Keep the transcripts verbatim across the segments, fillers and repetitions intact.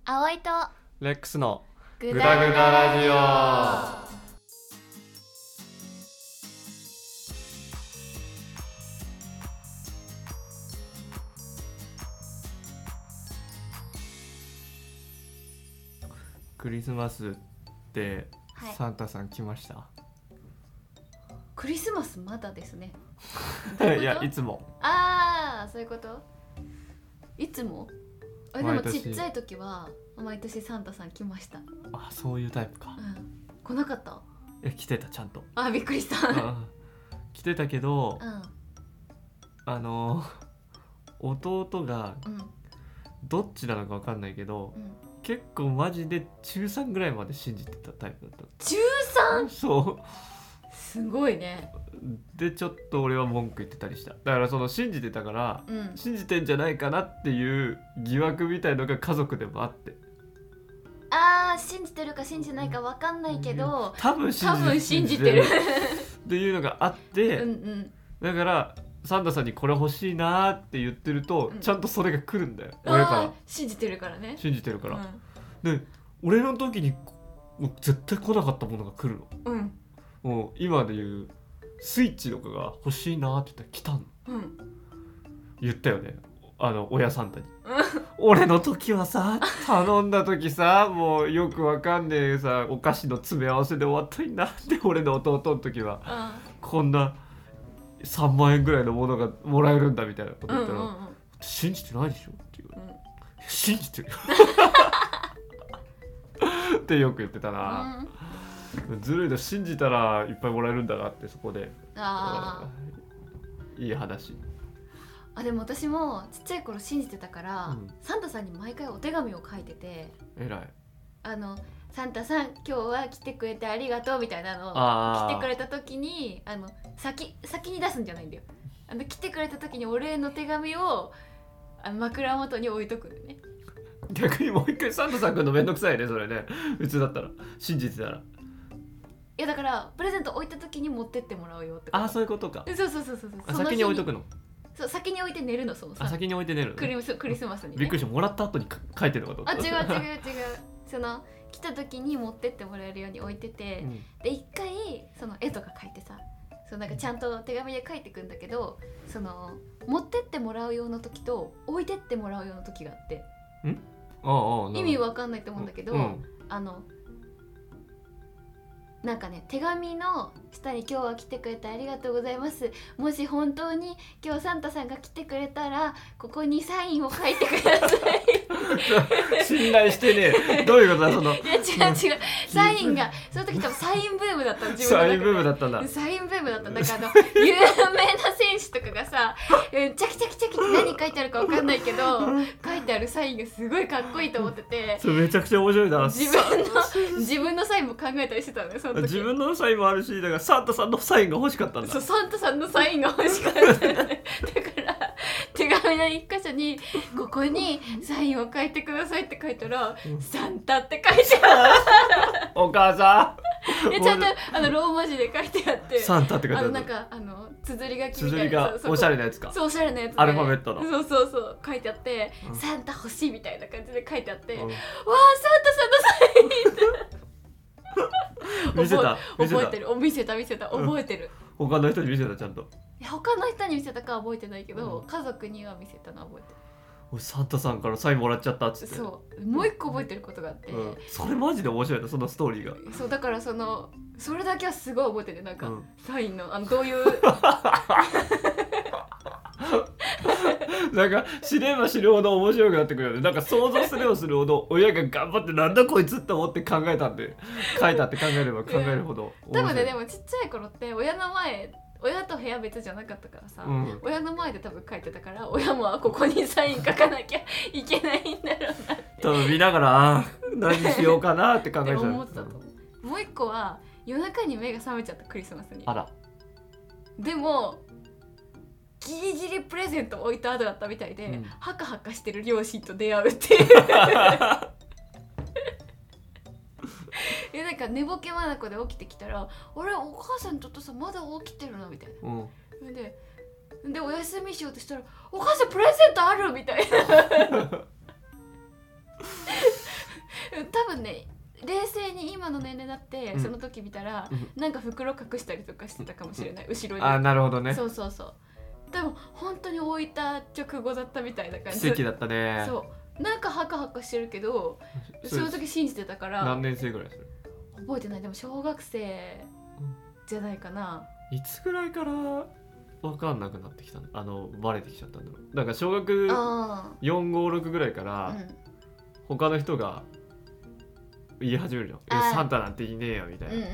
葵とレックスのグダグダラジオ。クリスマスってサンタさん来ました？ クリスマスまだですね。 いや、いつも。 ああ、そういうこと？いつも？あ、でも毎年ちっちゃい時は毎年サンタさん来ました。 あ、そういうタイプか。 うん、来なかった？ え、来てた、ちゃんと。 あ、びっくりした。うん、 来てたけど、 うん、 あの弟がうん、 どっちなのか分かんないけど、 うん、 結構マジでちゅうさんぐらいまで信じてたタイプだった。 中さん？ そうすごいね。 でちょっと俺は文句言ってたりした。だからその信じてたから、 うん、 信じてんじゃないかなっていう疑惑みたいのが家族でもあって、 あー、信じてるか信じないか分かんないけど、 多分信じ多分信じてるっていうのがあってうん、うん、 だからサンタさんにこれ欲しいなって言ってると、うん、ちゃんとそれが来るんだよ、親から信じてるからね。 信じてるから、 うん、 で俺の時にもう絶対来なかったものが来るの。 うん、 もう今で言うスイッチとかが欲しいなって言ったら来たの、 うん、 言ったよね、あの親サンタに俺の時はさ、頼んだ時さ、もうよくわかんねえさ、お菓子の詰め合わせで終わったになって俺の弟の時は、うん、こんなさんまんえんぐらいのものがもらえるんだみたいなこと言ったら、うんうんうん、信じてないでしょっていう、うん、信じてるよってよく言ってたな、うん、ずるいの、信じたらいっぱいもらえるんだなって。そこであいい話。 あ、でも私もちっちゃい頃信じてたから、うん、サンタさんに毎回お手紙を書いてて、 えらい、 あのサンタさん今日は来てくれてありがとうみたいなのを来てくれた時に、あの 先, 先に出すんじゃないんだよ。あの来てくれた時にお礼の手紙をあの枕元に置いとくんだよね。 逆にもう一回サンタさん来るのめんどくさいねそれね、普通だったら信じてたら。いやだからプレゼント置いた時に持ってってもらうよってこと。 あ、そういうことか。 そうそうそうそうそう。 先に置いとくの。 そう、先に置いて寝るの。そのさ、 あ、先に置いて寝るの、ね、 クリス、クリスマスに、ね、 びっくりした、もらった後に書いてるのかと思った。 あ、違う違う違うその来た時に持ってってもらえるように置いてて、うん、で一回その絵とか描いてさ、そうなんかちゃんと手紙で書いてくんだけど、その持ってってもらう用の時と置いてってもらう用の時があって、 んああ、 意味わかんないと思うんだけど、うん、あのなんかね、手紙の下に今日は来てくれてありがとうございます、もし本当に今日サンタさんが来てくれたらここにサインを書いてください信頼してね。どういうことだその。 いや違う違う、サインがその時多分サインブームだったの、自分の中で。 サインブームだったんだ。 サインブームだったんだから、あの有名な選手とかがさチャキチャキチャキって何書いてあるか分かんないけど書いてあるサインがすごいかっこいいと思ってて、 それめちゃくちゃ面白いな。 自分の自分のサインも考えたりしてたのよ、その時。 自分のサインもあるし、だからサンタさんのサインが欲しかったんだ。 そう、サンタさんのサインが欲しかったんだね。だから手紙の一箇所にここにサインを書いてくださいって書いたら、うん、サンタって書いてあるお母さんちゃんとあのローマ字で書いてあって、 サンタって書いてある。 あのなんかあの綴り書きみた綴りがおしゃれなやつか。 そう、おしゃれなやつでアルファベットの、 そうそうそう書いてあって、うん、サンタ欲しいみたいな感じで書いてあって、うん、わあサンタさんのサインって見せた覚えてる、見せた見せた覚えてる、 うん、他の人に見せたちゃんと。 いや他の人に見せたかは覚えてないけど、うん、家族には見せたのは覚えてる。 俺サンタさんからサインもらっちゃったっつって。 そうもう一個覚えてることがあって、うん、 それマジで面白いな、そのストーリーが。 そうだからそのそれだけはすごい覚えてる。なんか、うん、サインのあのどういうなんか知れば知るほど面白くなってくるよね。なんか想像すればするほど親が頑張ってなんだこいつって思って考えたんで、書いたって考えれば考えるほど多分ね。でもちっちゃい頃って親の前、親と部屋別じゃなかったからさ、うん、親の前で多分書いてたから、親もここにサイン書かなきゃいけないんだろうなって多分見ながら何しようかなって考えちゃう思ってたと思う。もう一個は夜中に目が覚めちゃった、クリスマスに。 あら。でもギリギリプレゼント置いた後だったみたいで、うん、ハカハカしてる両親と出会うっていうえ、なんか寝ぼけ眼で起きてきたら、あれお母さんちょっとさまだ起きてるなみたいな、うん、で, でお休みしようとしたら、お母さんプレゼントあるみたいな分ね冷静に今の年齢になって、うん、その時見たら、うん、なんか袋隠したりとかしてたかもしれない、うん、後ろに。 あ、なるほどね。 そうそうそう。でも本当に置いた直後だったみたいな感じ。 奇跡だったね。 そうなんかハカハカしてるけどその時信じてたから。 何年生ぐらいする？ 覚えてない。でも小学生じゃないかな。 いつぐらいから分かんなくなってきたの？あのバレてきちゃったんだろう。だから小学よん、ご、ろくぐらいから、うん、他の人が言い始めるじゃん。え、サンタなんていねえよみたいな、うんうんうん、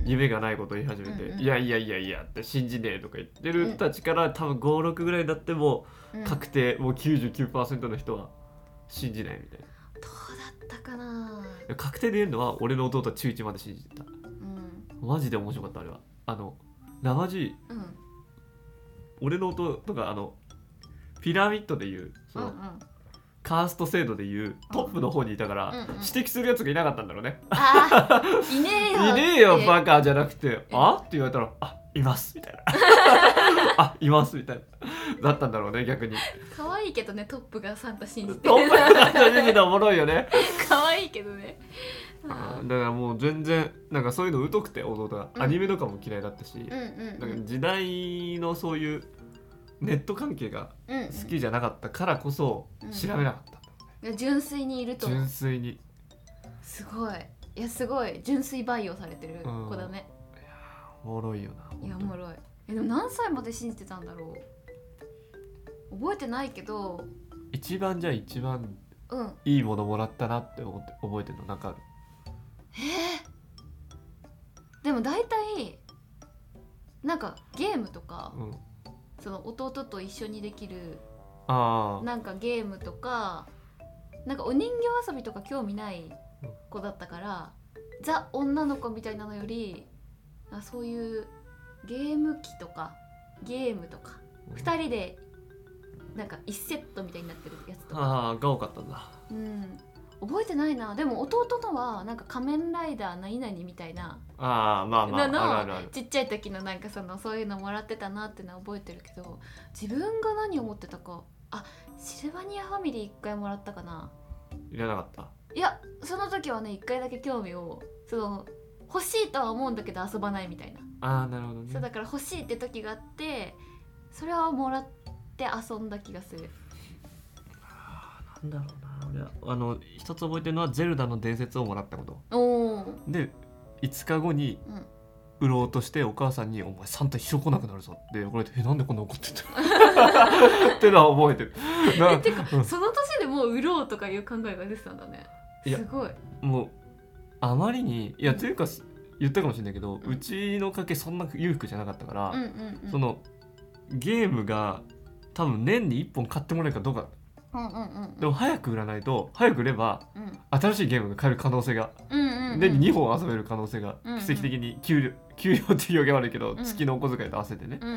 夢がないこと言い始めて、うんうん、いやいやいやいやって信じねえとか言ってる人たちから、うん、多分ご、ろくぐらいになっても、うん、確定もう きゅうじゅうきゅうパーセント の人は信じないみたいな。 どうだったかな。 確定で言うのは俺の弟は中いちまで信じてた、うん、マジで面白かった。あれはあの生地、うん、俺の弟があのピラミッドでいうその、うんうん、カースト制度でいうトップの方にいたから、うんうん、指摘するやつがいなかったんだろうね。 あいねえよいねえよバカじゃなくて、あって言われたら、あいますみたいなあいますみたいなだったんだろうね。逆に可愛いけどね、トップがサンタ信じてトップがサンタ信じておもろいよね可愛いけどね。 あだからもう全然なんかそういうの疎くて弟が、うん、アニメとかも嫌いだったし、うんうんうん、だから時代のそういうネット関係が好きじゃなかったからこそ調べなかったんだろうね、 うんうん、純粋にいると純粋にすごいいやすごい純粋培養されてる子だね、 うん、いやおもろいよな。 いやおもろい。えでも何歳まで信じてたんだろう覚えてないけど一番じゃあ一番いいものもらったなって思って覚えてるのなんかある？ えー、でも大体なんかゲームとか、うん、その弟と一緒にできるあなんかゲームとかなんかお人形遊びとか興味ない子だったから、うん、ザ女の子みたいなのよりあそういうゲーム機とかゲームとか、うん、ふたりでなんかいちセットみたいになってるやつとかああが多かったんだ。 うん覚えてないな。でも弟のはなんか仮面ライダー何々みたいなああまあまあのあるあるちっちゃい時のなんかそのそういうのもらってたなってのは覚えてるけど自分が何を持ってたかあシルバニアファミリーいっかいもらったかな。 いらなかった。 いやその時はねいっかいだけ興味をその欲しいとは思うんだけど遊ばないみたいな。 あーなるほどね。 そうだから欲しいって時があってそれはもらって遊んだ気がする。 あなんだろうな俺あの一つ覚えてるのはゼルダの伝説をもらったこと。 おでいつかごに売ろうとしてお母さんにお前サンタ一生来なくなるぞって言われてえなんでこんな怒ってたってのは覚えてるえてか、うん、その年でもう売ろうとかいう考えが出てたんだね。すごい。 もうあまりにいやというか言ったかもしれないけど、うん、うちの家系そんな裕福じゃなかったから、うんうんうん、そのゲームが多分年にいっぽん買ってもらえるかどうか、うんうんうん、でも早く売らないと早く売れば、うん、新しいゲームが買える可能性が、うんうんうん、年ににほん遊べる可能性が奇跡的に給料、給料っていう表現悪いけど、うん、月のお小遣いと合わせてね、うんうんうん、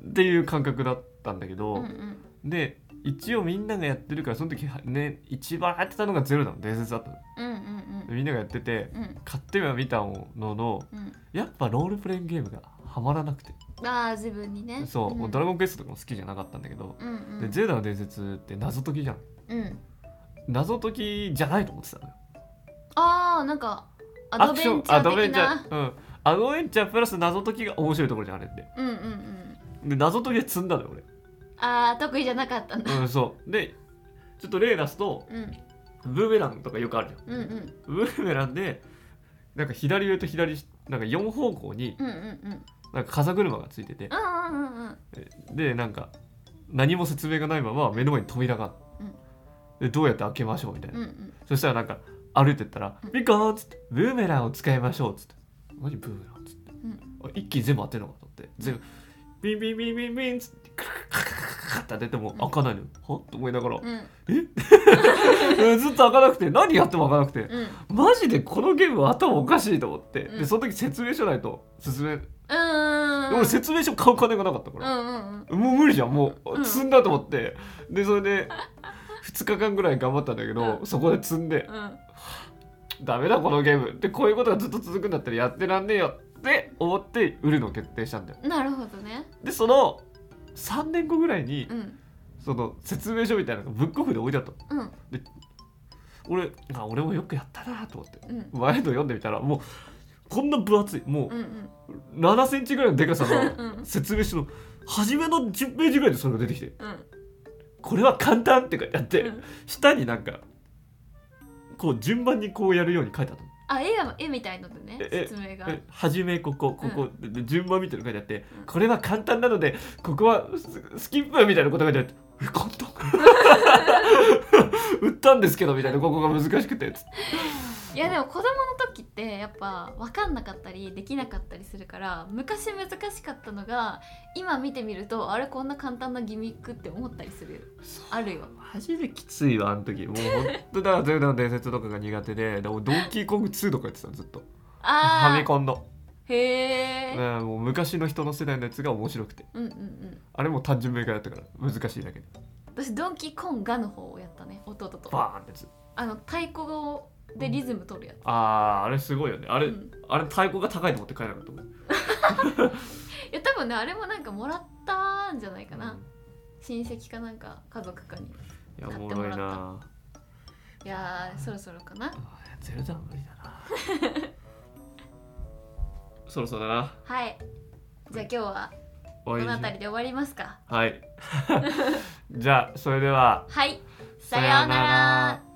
っていう感覚だったんだけど、うんうん、で一応みんながやってるからその時ね一番やってたのがゼロなの伝説だったの、うんうんうん、みんながやってて、うん、買ってはみたのの、うん、やっぱロールプレイングゲームがハマらなくてあ自分にねそう、うん、もうドラゴンクエストとかも好きじゃなかったんだけど、うんうん、でゼルダの伝説って謎解きじゃん、うん、謎解きじゃないと思ってたのよ。 あーなんかアドベンチャー的なアドベンチャー、うん、 アドベンチャープラス謎解きが面白いところじゃんあれって、うんうんうん、で謎解きで積んだのよ俺。 あー得意じゃなかったんだ、 うん、そうでちょっと例出すと、うん、ブーメランとかよくあるじゃん、うんうん、ブーメランでなんか左上と左なんかよん方向に、うんうんうんなんか風車がついてて、うんうんうん、でなんか何も説明がないまま目の前に扉がある、うん、でどうやって開けましょうみたいな、うんうん、そしたらなんか歩いてったら、うん、ピコーンっつってブーメランを使いましょうっつって何ブーメランっつって、うん、一気に全部当てるのかと思って全部ビンビンビンビンビンっつってカカカカカカって当てても開かないのよ、うん、はっと思いながら、うん、えずっと開かなくて何やっても開かなくて、うん、マジでこのゲームは頭おかしいと思って、うん、でその時説明書ないと進めうん俺説明書買う金がなかったから、うんうんうん、もう無理じゃんもう積んだと思って、うん、でそれでふつかかんぐらい頑張ったんだけど、うん、そこで積んで、うん、ダメだこのゲームでこういうことがずっと続くんだったらやってらんねえよって思って売るのを決定したんだよ。 なるほどね。 でそのさんねんごぐらいに、うん、その説明書みたいなのがブックオフで置いてあったの、うん、で俺あ俺もよくやったなと思って、 うん前の読んでみたらもうこんな分厚いもうんうんうななセンチぐらいのでかさうんの説明書の初めのじゅうページぐらいでそれが出てきて、 うんこれは簡単って書いてあって、 うん下になんかこう順番にこうやるように書いてあったの。 あ、絵が絵みたいのでね、 え説明が。 え初めここここ、で順番みたいなの書いてあって、 うんこれは簡単なのでここはススキップみたいなこと書いてあってえ簡単売ったんですけどみたいな、ここが難しくてつっていやでも子供の時ってやっぱ分かんなかったりできなかったりするから、昔難しかったのが今見てみるとあれこんな簡単なギミックって思ったりするあるよ。 マジできついわあの時。もう本当だからゼルダの伝説とかが苦手で、でもドンキーコングツーとかやってたのずっと。 あファミコンの。 へえ、 うん、もう昔の人の世代のやつが面白くて、 うんうんうん。 あれも単純明快だったから難しいだけで私ドンキーコンガの方をやったね、弟と。 バーンってやつ。 あの太鼓でリズム取るやつ。 あーあれすごいよね。あれ、 うん、 あれ太鼓が高いと思って買えなかったもん。 いや多分ねあれもなんかもらったんじゃないかな、うん、親戚かなんか家族かに買ってもらった。いやおもろいな。いやそろそろかな。 ゼルダは無理だなそろそろだな。 はい、じゃあ今日はこの辺りで終わりますか。 はいじゃあそれでははい、さようなら。